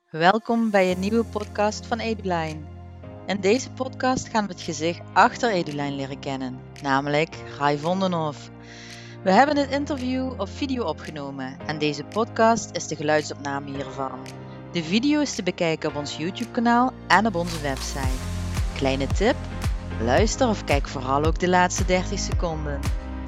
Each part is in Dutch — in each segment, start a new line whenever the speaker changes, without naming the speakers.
Welkom bij een nieuwe podcast van Eduline. In deze podcast gaan we het gezicht achter Eduline leren kennen, namelijk Rai Vondenhoff. We hebben dit interview op video opgenomen en deze podcast is de geluidsopname hiervan. De video is te bekijken op ons YouTube-kanaal en op onze website. Kleine tip, luister of kijk vooral ook de laatste 30 seconden.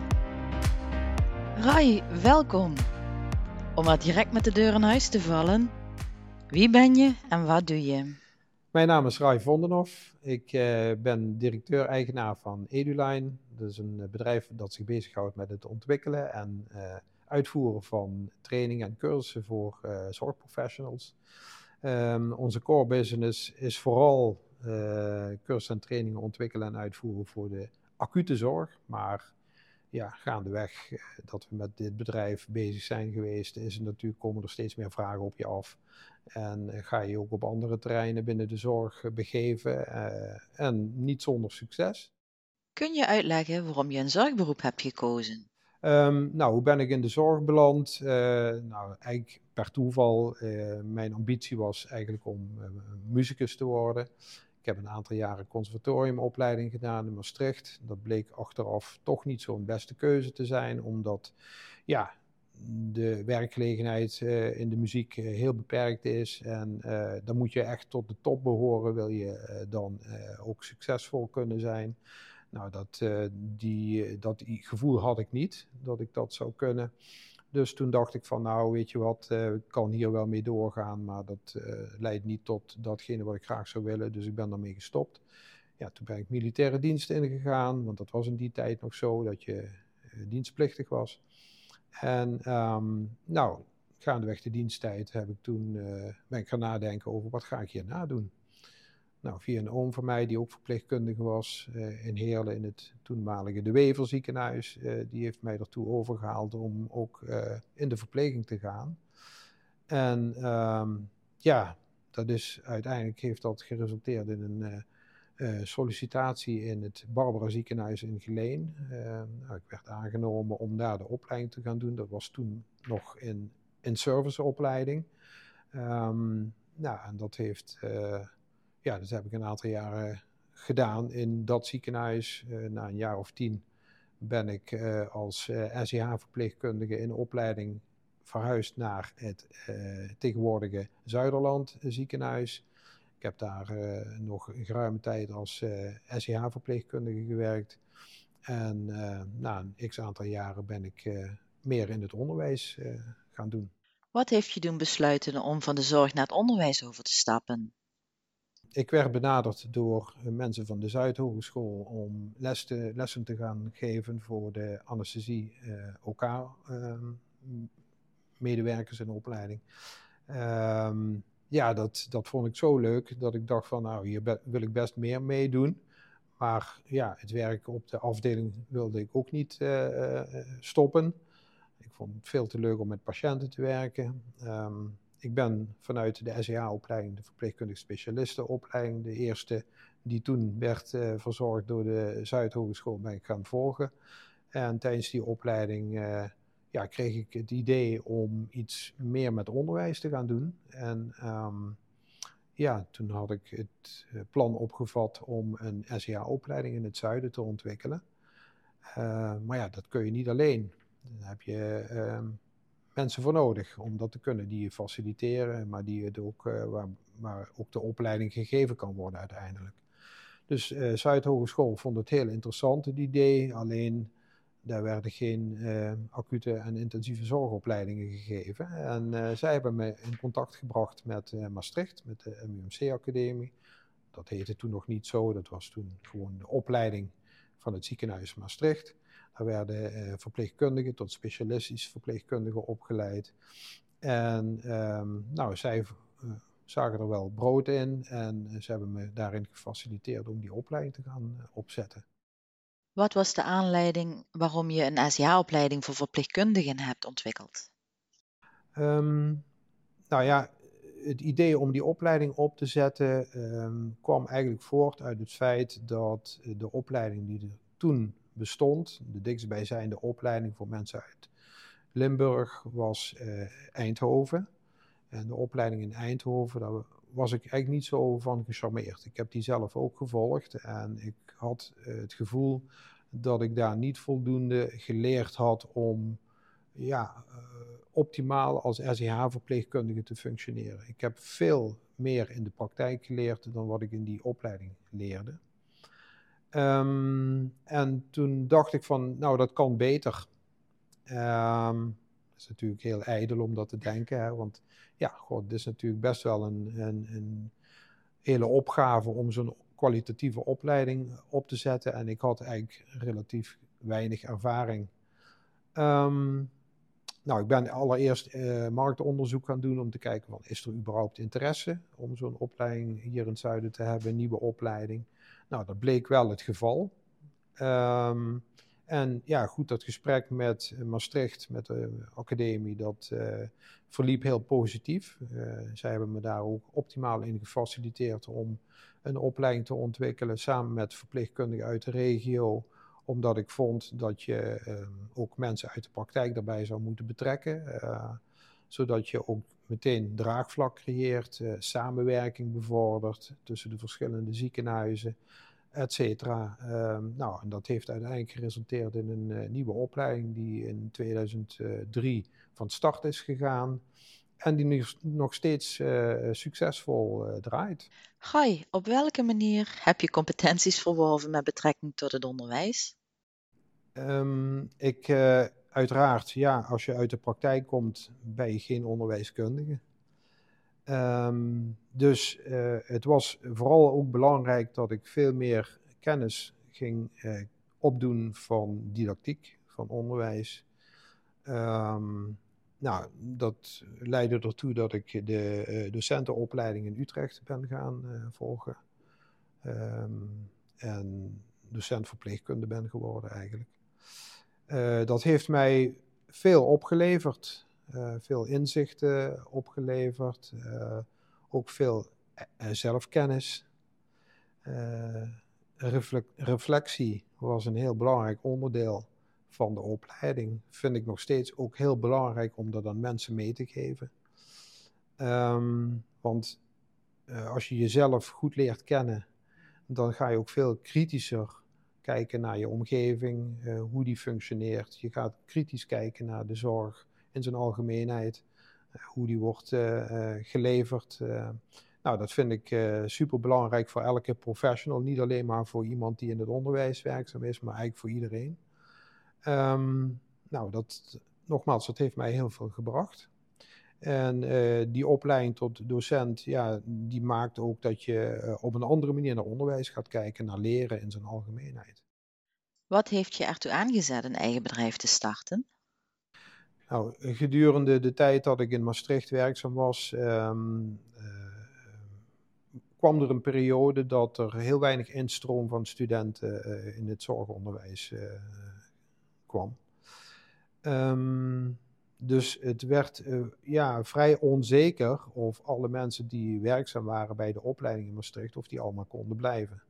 Rai, welkom! Om maar direct met de deur in huis te vallen. Wie ben je en wat doe je?
Mijn naam is Rai Vondenhoff. Ik ben directeur-eigenaar van Eduline. Dat is een bedrijf dat zich bezighoudt met het ontwikkelen en uitvoeren van trainingen en cursussen voor zorgprofessionals. Onze core business is vooral cursussen en trainingen ontwikkelen en uitvoeren voor de acute zorg. Maar ja, gaandeweg dat we met dit bedrijf bezig zijn geweest, komen er steeds meer vragen op je af. En ga je ook op andere terreinen binnen de zorg begeven en niet zonder succes.
Kun je uitleggen waarom je een zorgberoep hebt gekozen?
Hoe ben ik in de zorg beland? Eigenlijk per toeval. Mijn ambitie was eigenlijk om muzikus te worden. Ik heb een aantal jaren conservatoriumopleiding gedaan in Maastricht. Dat bleek achteraf toch niet zo'n beste keuze te zijn, omdat de werkgelegenheid in de muziek heel beperkt is. En dan moet je echt tot de top behoren, wil je dan ook succesvol kunnen zijn. Nou, dat gevoel had ik niet, dat ik dat zou kunnen. Dus toen dacht ik van, nou weet je wat, ik kan hier wel mee doorgaan, maar dat leidt niet tot datgene wat ik graag zou willen. Dus ik ben daarmee gestopt. Ja, toen ben ik militaire dienst ingegaan, want dat was in die tijd nog zo, dat je dienstplichtig was. En gaandeweg de diensttijd ben ik gaan nadenken over wat ga ik hierna doen. Nou, via een oom van mij, die ook verpleegkundige was in Heerlen in het toenmalige De Wever ziekenhuis. Die heeft mij ertoe overgehaald om ook in de verpleging te gaan. En uiteindelijk heeft dat geresulteerd in een sollicitatie in het Barbara ziekenhuis in Geleen. Ik werd aangenomen om daar de opleiding te gaan doen. Dat was toen nog in serviceopleiding. En dat dat heb ik een aantal jaren gedaan in dat ziekenhuis. Na een jaar of 10 ben ik als SIH-verpleegkundige in opleiding verhuisd naar het tegenwoordige Zuiderland ziekenhuis. Ik heb daar nog een geruime tijd als SIH-verpleegkundige gewerkt. En na een x-aantal jaren ben ik meer in het onderwijs gaan doen.
Wat heeft je doen besluiten om van de zorg naar het onderwijs over te stappen?
Ik werd benaderd door mensen van de Zuidhogeschool om lessen te gaan geven voor de anesthesie OK-medewerkers in de opleiding. Dat vond ik zo leuk dat ik dacht van nou, hier wil ik best meer meedoen. Maar ja, het werk op de afdeling wilde ik ook niet stoppen. Ik vond het veel te leuk om met patiënten te werken. Ik ben vanuit de SEH-opleiding, de verpleegkundige specialistenopleiding, de eerste die toen werd verzorgd door de Zuidhogeschool, ben ik gaan volgen. En tijdens die opleiding kreeg ik het idee om iets meer met onderwijs te gaan doen. En toen had ik het plan opgevat om een SEH-opleiding in het zuiden te ontwikkelen. Maar dat kun je niet alleen. Daar heb je mensen voor nodig om dat te kunnen, die je faciliteren, maar die het ook, waar ook de opleiding gegeven kan worden uiteindelijk. Dus Zuidhogeschool vond het heel interessant, het idee, alleen daar werden geen acute en intensieve zorgopleidingen gegeven. En zij hebben me in contact gebracht met Maastricht, met de MUMC-academie. Dat heette toen nog niet zo, dat was toen gewoon de opleiding van het ziekenhuis Maastricht. Daar werden verpleegkundigen tot specialistische verpleegkundigen opgeleid. En zij zagen er wel brood in en ze hebben me daarin gefaciliteerd om die opleiding te gaan opzetten.
Wat was de aanleiding waarom je een SIH-opleiding voor verpleegkundigen hebt ontwikkeld?
Het idee om die opleiding op te zetten kwam eigenlijk voort uit het feit dat de opleiding die er toen bestond, de dichtstbijzijnde opleiding voor mensen uit Limburg, was Eindhoven. En de opleiding in Eindhoven, daar was ik eigenlijk niet zo van gecharmeerd. Ik heb die zelf ook gevolgd en ik had het gevoel dat ik daar niet voldoende geleerd had om optimaal als SEH-verpleegkundige te functioneren. Ik heb veel meer in de praktijk geleerd dan wat ik in die opleiding leerde. En toen dacht ik van, nou dat kan beter. Het is natuurlijk heel ijdel om dat te denken, hè, want het is natuurlijk best wel een hele opgave om zo'n kwalitatieve opleiding op te zetten. En ik had eigenlijk relatief weinig ervaring. Ik ben allereerst marktonderzoek gaan doen om te kijken van, is er überhaupt interesse om zo'n opleiding hier in het zuiden te hebben, een nieuwe opleiding. Nou, dat bleek wel het geval. Dat gesprek met Maastricht, met de academie, dat verliep heel positief. Zij hebben me daar ook optimaal in gefaciliteerd om een opleiding te ontwikkelen samen met verpleegkundigen uit de regio, omdat ik vond dat je ook mensen uit de praktijk daarbij zou moeten betrekken, zodat je ook meteen draagvlak creëert, samenwerking bevordert tussen de verschillende ziekenhuizen, et cetera. En dat heeft uiteindelijk geresulteerd in een nieuwe opleiding die in 2003 van start is gegaan en die nu nog steeds succesvol draait.
Gai, op welke manier heb je competenties verworven met betrekking tot het onderwijs?
Uiteraard, als je uit de praktijk komt, ben je geen onderwijskundige. Het was vooral ook belangrijk dat ik veel meer kennis ging opdoen van didactiek, van onderwijs. Dat leidde ertoe dat ik de docentenopleiding in Utrecht ben gaan volgen. En docent verpleegkunde ben geworden eigenlijk. Dat heeft mij veel opgeleverd. Veel inzichten opgeleverd. Ook veel zelfkennis. Reflectie was een heel belangrijk onderdeel van de opleiding. Vind ik nog steeds ook heel belangrijk om dat aan mensen mee te geven. Want als je jezelf goed leert kennen, dan ga je ook veel kritischer kijken naar je omgeving, hoe die functioneert. Je gaat kritisch kijken naar de zorg in zijn algemeenheid, hoe die wordt geleverd. Dat vind ik super belangrijk voor elke professional. Niet alleen maar voor iemand die in het onderwijs werkzaam is, maar eigenlijk voor iedereen. Dat heeft mij heel veel gebracht. En die opleiding tot docent, die maakt ook dat je op een andere manier naar onderwijs gaat kijken, naar leren in zijn algemeenheid.
Wat heeft je ertoe aangezet een eigen bedrijf te starten?
Nou, gedurende de tijd dat ik in Maastricht werkzaam was, kwam er een periode dat er heel weinig instroom van studenten in het zorgonderwijs kwam. Dus het werd vrij onzeker of alle mensen die werkzaam waren bij de opleiding in Maastricht, of die allemaal konden blijven.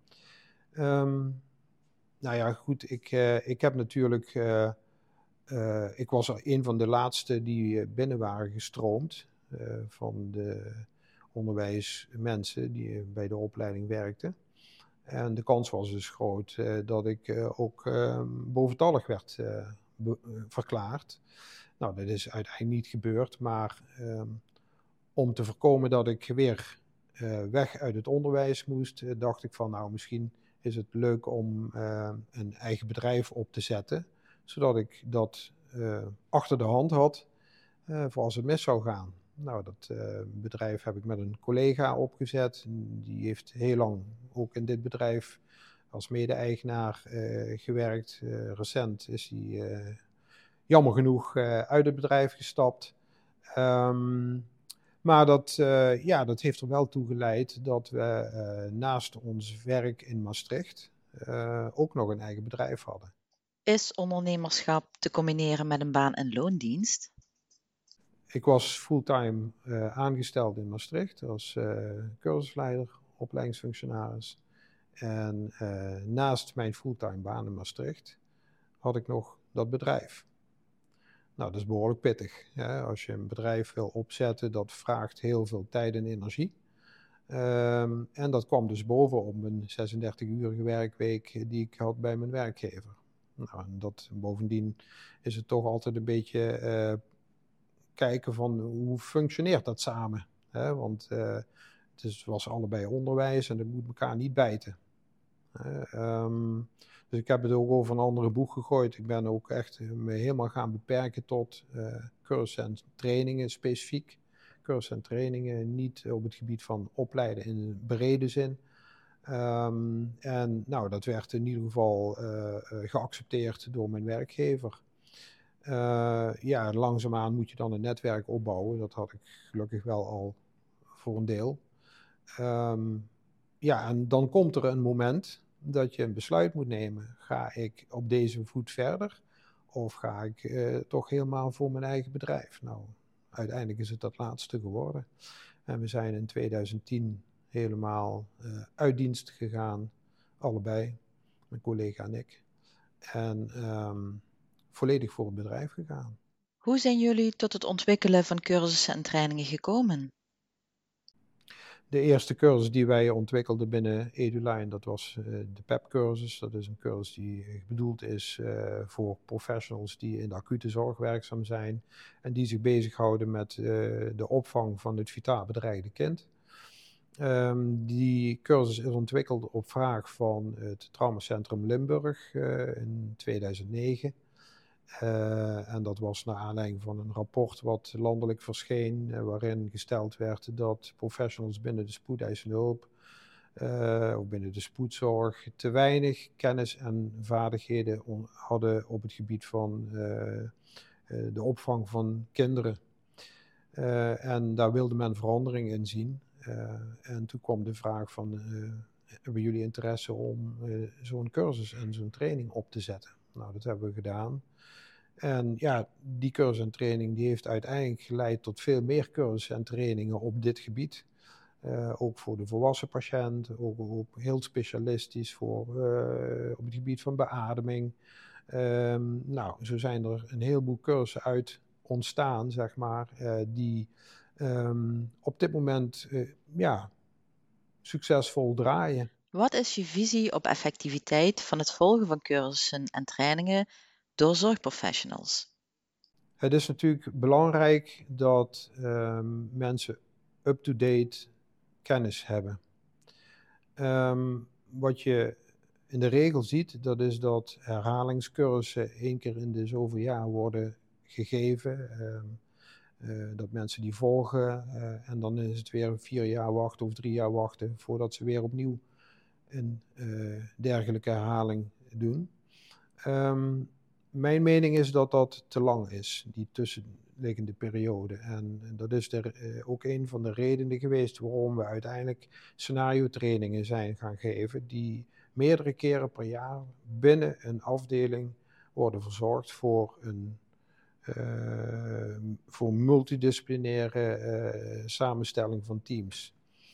Ik heb natuurlijk, ik was er een van de laatste die binnen waren gestroomd van de onderwijsmensen die bij de opleiding werkten. En de kans was dus groot dat ik ook boventallig werd verklaard. Nou, dat is uiteindelijk niet gebeurd, maar om te voorkomen dat ik weer weg uit het onderwijs moest, dacht ik van, nou, misschien is het leuk om een eigen bedrijf op te zetten, zodat ik dat achter de hand had voor als het mis zou gaan. Nou, dat bedrijf heb ik met een collega opgezet. Die heeft heel lang ook in dit bedrijf als mede-eigenaar gewerkt. Recent is hij jammer genoeg uit het bedrijf gestapt. Maar dat heeft er wel toe geleid dat we naast ons werk in Maastricht ook nog een eigen bedrijf hadden.
Is ondernemerschap te combineren met een baan- en loondienst?
Ik was fulltime aangesteld in Maastricht als cursusleider, opleidingsfunctionaris. En naast mijn fulltime baan in Maastricht had ik nog dat bedrijf. Nou, dat is behoorlijk pittig. Hè? Als je een bedrijf wil opzetten, dat vraagt heel veel tijd en energie. En dat kwam dus bovenop mijn 36-urige werkweek die ik had bij mijn werkgever. Nou, en bovendien is het toch altijd een beetje kijken van hoe functioneert dat samen. Hè? Want het was allebei onderwijs en dat moet elkaar niet bijten. Dus ik heb het ook over een andere boeg gegooid. Ik ben ook echt me helemaal gaan beperken tot cursussen en trainingen specifiek. Cursussen en trainingen, niet op het gebied van opleiden in een brede zin. En nou, dat werd in ieder geval geaccepteerd door mijn werkgever. Ja, langzaamaan moet je dan een netwerk opbouwen. Dat had ik gelukkig wel al voor een deel. Ja, en dan komt er een moment dat je een besluit moet nemen. Ga ik op deze voet verder of ga ik toch helemaal voor mijn eigen bedrijf? Nou, uiteindelijk is het dat laatste geworden. En we zijn in 2010 helemaal uit dienst gegaan, allebei, mijn collega en ik. En volledig voor het bedrijf gegaan.
Hoe zijn jullie tot het ontwikkelen van cursussen en trainingen gekomen?
De eerste cursus die wij ontwikkelden binnen EduLine, dat was de PEP-cursus. Dat is een cursus die bedoeld is voor professionals die in de acute zorg werkzaam zijn en die zich bezighouden met de opvang van het vitaal bedreigde kind. Die cursus is ontwikkeld op vraag van het Traumacentrum Limburg in 2009. En dat was naar aanleiding van een rapport wat landelijk verscheen, waarin gesteld werd dat professionals binnen de spoedeisende hulp of binnen de spoedzorg te weinig kennis en vaardigheden hadden op het gebied van de opvang van kinderen. En daar wilde men verandering in zien. En toen kwam de vraag van, hebben jullie interesse om zo'n cursus en zo'n training op te zetten? Nou, dat hebben we gedaan. En ja, die cursus en training die heeft uiteindelijk geleid tot veel meer cursussen en trainingen op dit gebied. Ook voor de volwassen patiënt, ook heel specialistisch voor op het gebied van beademing. Nou, zo zijn er een heleboel cursussen uit ontstaan, zeg maar, die op dit moment ja, succesvol draaien.
Wat is je visie op effectiviteit van het volgen van cursussen en trainingen door zorgprofessionals?
Het is natuurlijk belangrijk dat mensen up-to-date kennis hebben. Wat je in de regel ziet, dat is dat herhalingscursussen 1 keer in de zoveel jaar worden gegeven. Dat mensen die volgen en dan is het weer 4 jaar wachten of 3 jaar wachten voordat ze weer opnieuw een dergelijke herhaling doen. Mijn mening is dat dat te lang is, die tussenliggende periode. En dat is ook een van de redenen geweest waarom we uiteindelijk scenario-trainingen zijn gaan geven, die meerdere keren per jaar binnen een afdeling worden verzorgd voor multidisciplinaire samenstelling van teams.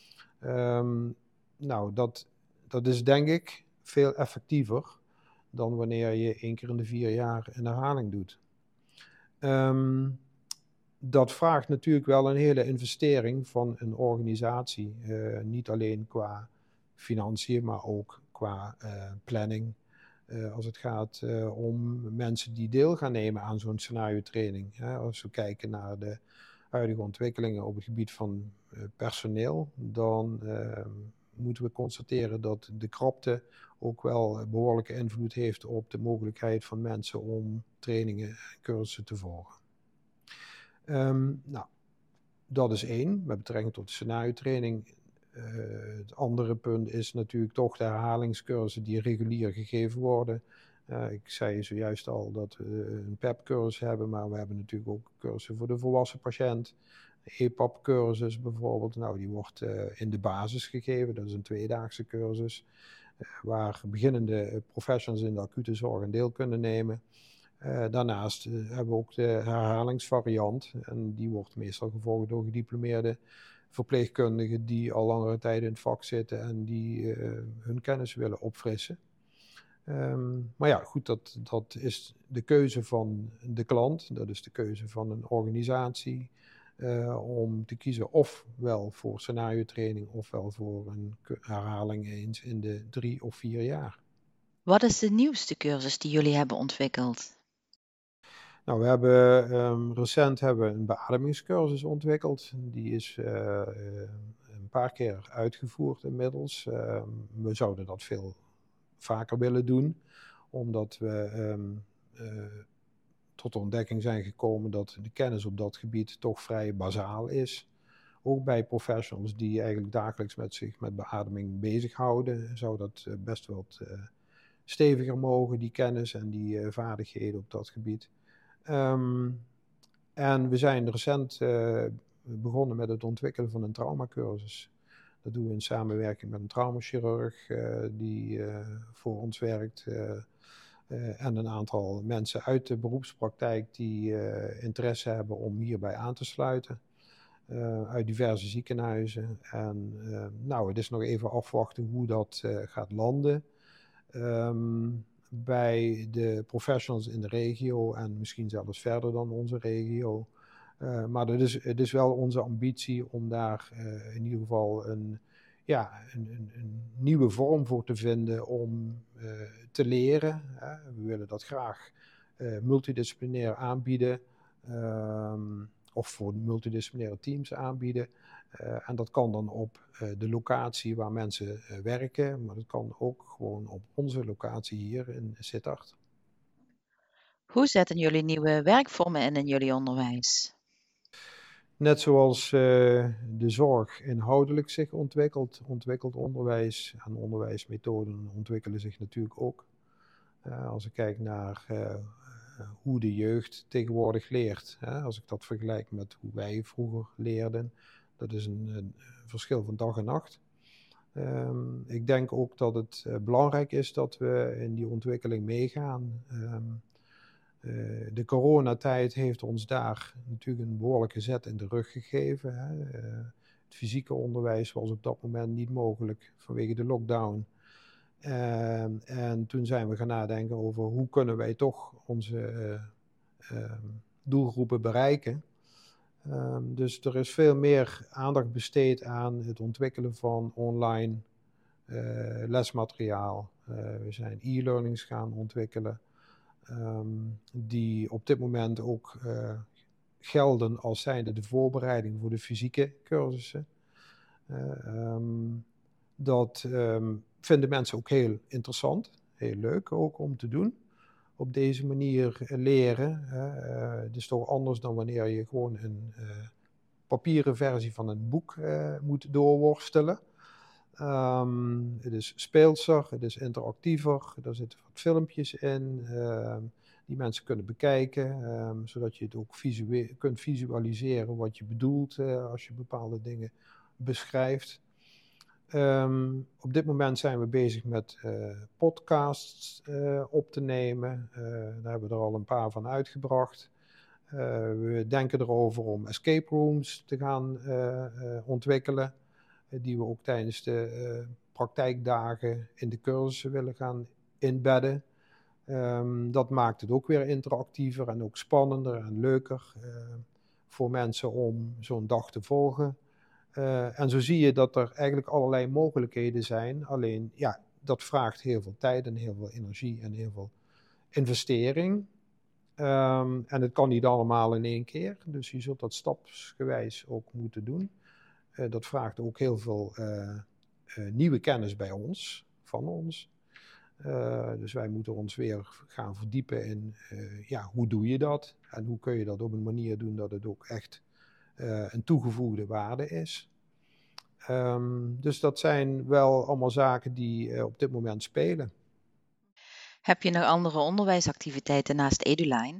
Nou, dat is denk ik veel effectiever dan wanneer je 1 keer in de 4 jaar een herhaling doet. Dat vraagt natuurlijk wel een hele investering van een organisatie. Niet alleen qua financiën, maar ook qua planning. Als het gaat om mensen die deel gaan nemen aan zo'n scenario training. Als we kijken naar de huidige ontwikkelingen op het gebied van personeel, dan moeten we constateren dat de krapte ook wel behoorlijke invloed heeft op de mogelijkheid van mensen om trainingen en cursussen te volgen. Nou, dat is 1, met betrekking tot de scenario-training. Het andere punt is natuurlijk toch de herhalingscursussen die regulier gegeven worden. Ik zei zojuist al dat we een PEP-cursus hebben, maar we hebben natuurlijk ook cursussen voor de volwassen patiënt. EPAP-cursus bijvoorbeeld, nou, die wordt in de basis gegeven, dat is een 2-daagse cursus, waar beginnende professionals in de acute zorg een deel kunnen nemen. Daarnaast hebben we ook de herhalingsvariant en die wordt meestal gevolgd door gediplomeerde verpleegkundigen die al langere tijd in het vak zitten en die hun kennis willen opfrissen. Maar ja, goed, dat is de keuze van de klant, dat is de keuze van een organisatie, om te kiezen ofwel voor scenario-training ofwel voor een herhaling eens in de 3 of 4 jaar.
Wat is de nieuwste cursus die jullie hebben ontwikkeld?
Nou, we hebben recent een beademingscursus ontwikkeld. Die is een paar keer uitgevoerd inmiddels. We zouden dat veel vaker willen doen, omdat we tot de ontdekking zijn gekomen dat de kennis op dat gebied toch vrij bazaal is. Ook bij professionals die eigenlijk dagelijks zich met beademing bezighouden, zou dat best wat steviger mogen, die kennis en die vaardigheden op dat gebied. En we zijn recent begonnen met het ontwikkelen van een traumacursus. Dat doen we in samenwerking met een traumachirurg die voor ons werkt. En een aantal mensen uit de beroepspraktijk die interesse hebben om hierbij aan te sluiten. Uit diverse ziekenhuizen. En nou, het is nog even afwachten hoe dat gaat landen. Bij de professionals in de regio en misschien zelfs verder dan onze regio. Maar het is wel onze ambitie om daar in ieder geval een nieuwe vorm voor te vinden om te leren. We willen dat graag multidisciplinair aanbieden of voor multidisciplinaire teams aanbieden. En dat kan dan op de locatie waar mensen werken, maar dat kan ook gewoon op onze locatie hier in Sittard.
Hoe zetten jullie nieuwe werkvormen in jullie onderwijs?
Net zoals de zorg inhoudelijk zich ontwikkelt onderwijs en onderwijsmethoden ontwikkelen zich natuurlijk ook. Als ik kijk naar hoe de jeugd tegenwoordig leert, als ik dat vergelijk met hoe wij vroeger leerden, dat is een verschil van dag en nacht. Ik denk ook dat het belangrijk is dat we in die ontwikkeling meegaan. De coronatijd heeft ons daar natuurlijk een behoorlijke zet in de rug gegeven. Het fysieke onderwijs was op dat moment niet mogelijk vanwege de lockdown. En toen zijn we gaan nadenken over hoe kunnen wij toch onze doelgroepen bereiken. Dus er is veel meer aandacht besteed aan het ontwikkelen van online lesmateriaal. We zijn e-learnings gaan ontwikkelen. Die op dit moment ook gelden als zijnde de voorbereiding voor de fysieke cursussen. Dat vinden mensen ook heel interessant, heel leuk ook om te doen. Op deze manier leren. Het is toch anders dan wanneer je gewoon een papieren versie van een boek moet doorworstelen. Het is speelser, het is interactiever, er zitten wat filmpjes in die mensen kunnen bekijken, zodat je het ook kunt visualiseren wat je bedoelt als je bepaalde dingen beschrijft. Op dit moment zijn we bezig met podcasts op te nemen. Daar hebben we er al een paar van uitgebracht. We denken erover om escape rooms te gaan ontwikkelen. Die we ook tijdens de praktijkdagen in de cursussen willen gaan inbedden. Dat maakt het ook weer interactiever en ook spannender en leuker voor mensen om zo'n dag te volgen. En zo zie je dat er eigenlijk allerlei mogelijkheden zijn. Alleen, ja, dat vraagt heel veel tijd en heel veel energie en heel veel investering. En het kan niet allemaal in één keer. Dus je zult dat stapsgewijs ook moeten doen. Dat vraagt ook heel veel nieuwe kennis bij ons, van ons. Dus wij moeten ons weer gaan verdiepen in hoe doe je dat? En hoe kun je dat op een manier doen dat het ook echt een toegevoegde waarde is. Dus dat zijn wel allemaal zaken die op dit moment spelen.
Heb je nog andere onderwijsactiviteiten naast EduLine?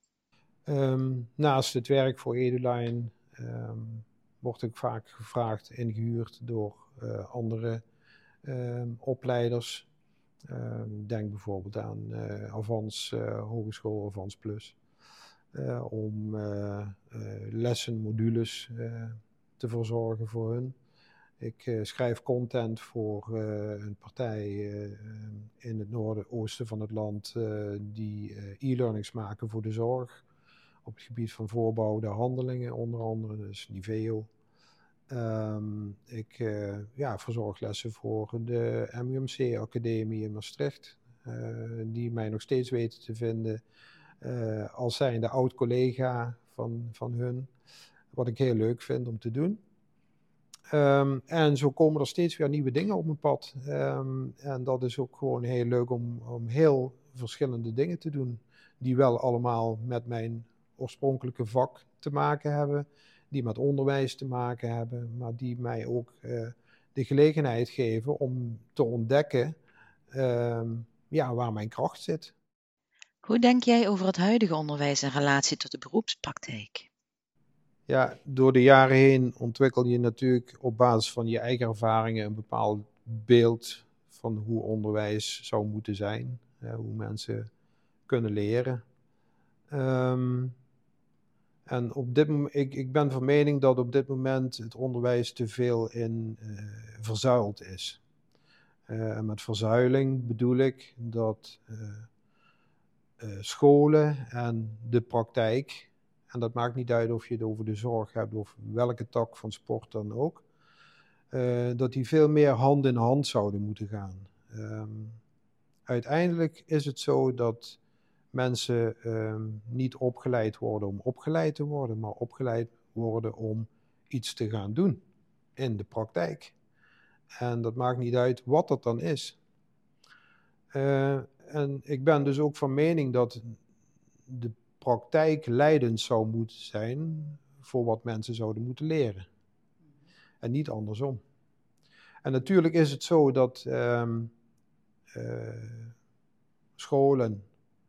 Naast het werk voor EduLine word ik vaak gevraagd, ingehuurd door andere opleiders. Denk bijvoorbeeld aan Avans Hogeschool, Avans Plus. Om lessen, modules te verzorgen voor hun. Ik schrijf content voor een partij in het noorden-oosten van het land die e-learnings maken voor de zorg. Op het gebied van voorbouwde handelingen onder andere, dus Niveo. Ik verzorg lessen voor de MUMC-academie in Maastricht. Die mij nog steeds weten te vinden als zijnde oud-collega van hun. Wat ik heel leuk vind om te doen. En zo komen er steeds weer nieuwe dingen op mijn pad. En dat is ook gewoon heel leuk om heel verschillende dingen te doen. Die wel allemaal met mijn oorspronkelijke vak te maken hebben. Die met onderwijs te maken hebben. Maar die mij ook de gelegenheid geven om te ontdekken waar mijn kracht zit.
Hoe denk jij over het huidige onderwijs in relatie tot de beroepspraktijk?
Ja, door de jaren heen ontwikkel je natuurlijk op basis van je eigen ervaringen een bepaald beeld van hoe onderwijs zou moeten zijn. Hoe mensen kunnen leren. En ik ben van mening dat op dit moment het onderwijs te veel verzuild is. En met verzuiling bedoel ik dat scholen en de praktijk, en dat maakt niet uit of je het over de zorg hebt of welke tak van sport dan ook, dat die veel meer hand in hand zouden moeten gaan. Uiteindelijk is het zo dat mensen niet opgeleid worden om opgeleid te worden, maar opgeleid worden om iets te gaan doen in de praktijk. En dat maakt niet uit wat dat dan is. En ik ben dus ook van mening dat de praktijk leidend zou moeten zijn voor wat mensen zouden moeten leren. En niet andersom. En natuurlijk is het zo dat scholen,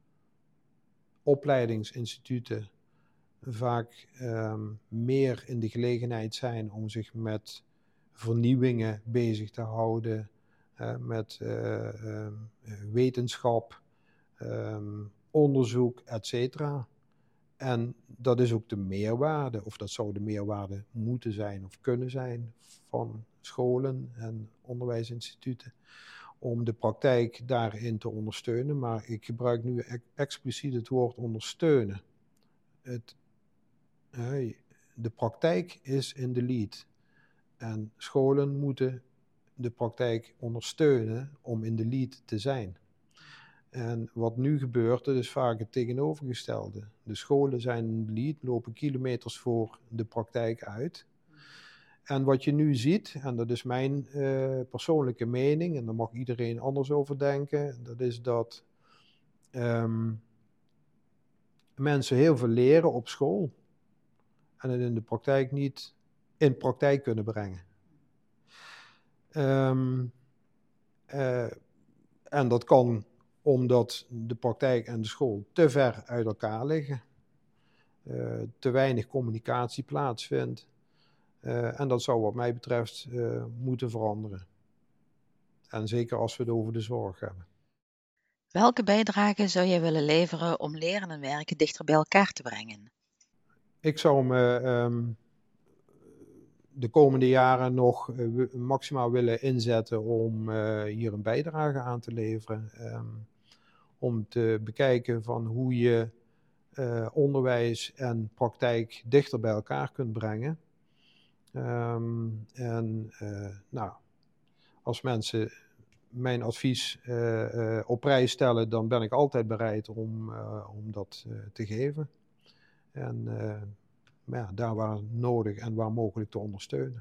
opleidingsinstituten vaak meer in de gelegenheid zijn om zich met vernieuwingen bezig te houden, met wetenschap, onderzoek, etc. En dat is ook de meerwaarde, of dat zou de meerwaarde moeten zijn of kunnen zijn van scholen en onderwijsinstituten, om de praktijk daarin te ondersteunen. Maar ik gebruik nu expliciet het woord ondersteunen. De praktijk is in de lead. En scholen moeten de praktijk ondersteunen om in de lead te zijn. En wat nu gebeurt, dat is vaak het tegenovergestelde. De scholen zijn in de lead, lopen kilometers voor de praktijk uit. En wat je nu ziet, en dat is mijn persoonlijke mening, en daar mag iedereen anders over denken, dat is dat mensen heel veel leren op school en het in de praktijk niet in praktijk kunnen brengen. En dat kan omdat de praktijk en de school te ver uit elkaar liggen. Te weinig communicatie plaatsvindt. En dat zou wat mij betreft moeten veranderen. En zeker als we het over de zorg hebben.
Welke bijdrage zou jij willen leveren om leren en werken dichter bij elkaar te brengen?
Ik zou me de komende jaren nog maximaal willen inzetten om hier een bijdrage aan te leveren. Om te bekijken van hoe je onderwijs en praktijk dichter bij elkaar kunt brengen. Als mensen mijn advies op prijs stellen, dan ben ik altijd bereid om dat te geven. En daar waar nodig en waar mogelijk te ondersteunen.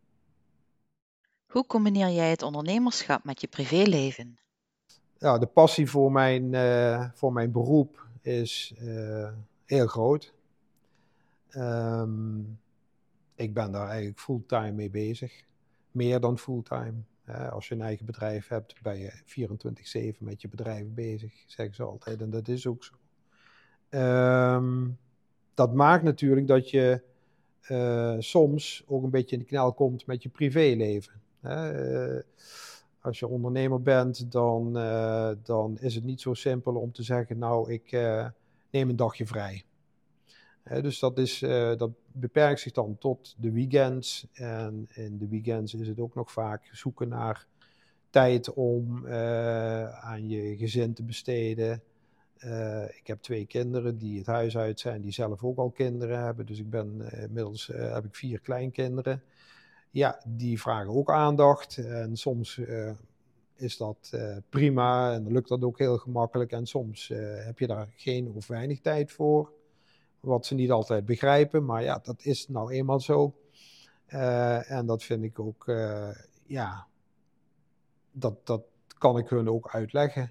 Hoe combineer jij het ondernemerschap met je privéleven?
Ja, de passie voor mijn beroep is heel groot. Ik ben daar eigenlijk fulltime mee bezig. Meer dan fulltime. Als je een eigen bedrijf hebt, ben je 24/7 met je bedrijf bezig, zeggen ze altijd. En dat is ook zo. Dat maakt natuurlijk dat je soms ook een beetje in de knel komt met je privéleven. Als je ondernemer bent, dan is het niet zo simpel om te zeggen, nou, ik neem een dagje vrij. Dus dat beperkt zich dan tot de weekends. En in de weekends is het ook nog vaak zoeken naar tijd om aan je gezin te besteden. Ik heb 2 kinderen die het huis uit zijn, die zelf ook al kinderen hebben. Dus inmiddels heb ik 4 kleinkinderen. Ja, die vragen ook aandacht. En soms is dat prima en dan lukt dat ook heel gemakkelijk. En soms heb je daar geen of weinig tijd voor. Wat ze niet altijd begrijpen, maar ja, dat is nou eenmaal zo. En dat vind ik ook, dat kan ik hun ook uitleggen.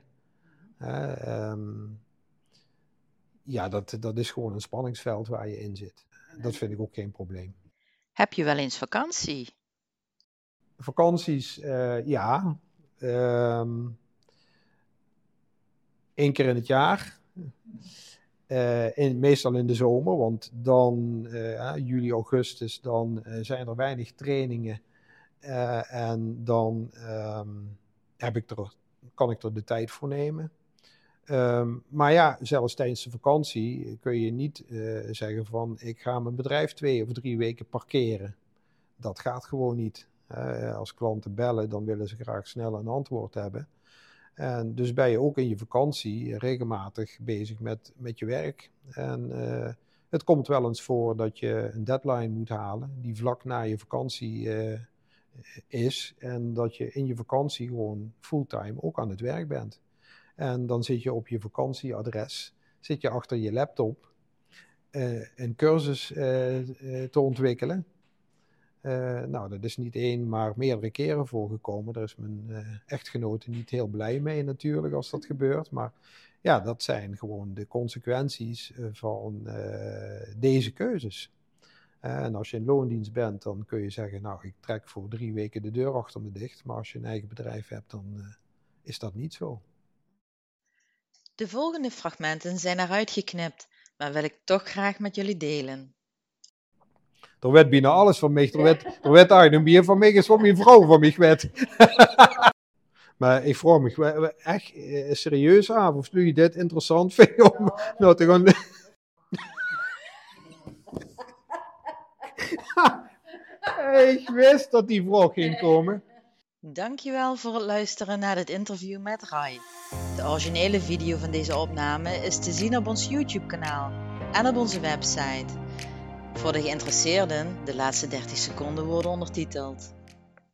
Dat is gewoon een spanningsveld waar je in zit. Dat vind ik ook geen probleem.
Heb je wel eens vakantie?
Vakanties, ja. 1 keer in het jaar. Meestal in de zomer, want dan juli, augustus, dan zijn er weinig trainingen. En dan kan ik er de tijd voor nemen. Maar ja, zelfs tijdens de vakantie kun je niet zeggen van ik ga mijn bedrijf 2 of 3 weken parkeren. Dat gaat gewoon niet. Als klanten bellen, dan willen ze graag snel een antwoord hebben. En dus ben je ook in je vakantie regelmatig bezig met je werk. En het komt wel eens voor dat je een deadline moet halen die vlak na je vakantie is. En dat je in je vakantie gewoon fulltime ook aan het werk bent. En dan zit je op je vakantieadres, zit je achter je laptop een cursus te ontwikkelen. Nou, dat is niet 1, maar meerdere keren voorgekomen. Daar is mijn echtgenote niet heel blij mee natuurlijk als dat gebeurt. Maar ja, dat zijn gewoon de consequenties van deze keuzes. En als je in loondienst bent, dan kun je zeggen, nou, ik trek voor 3 weken de deur achter me dicht. Maar als je een eigen bedrijf hebt, dan is dat niet zo.
De volgende fragmenten zijn eruit geknipt, maar wil ik toch graag met jullie delen.
Er werd bijna alles van mij. Er werd eigenlijk meer van mij, is van mijn vrouw van mij werd. Maar ik vraag me echt serieus af of doe je dit interessant vindt om nou te gaan. Ik wist dat die vraag ging komen.
Dankjewel voor het luisteren naar dit interview met Rai. De originele video van deze opname is te zien op ons YouTube-kanaal en op onze website. Voor de geïnteresseerden, de laatste 30 seconden worden ondertiteld.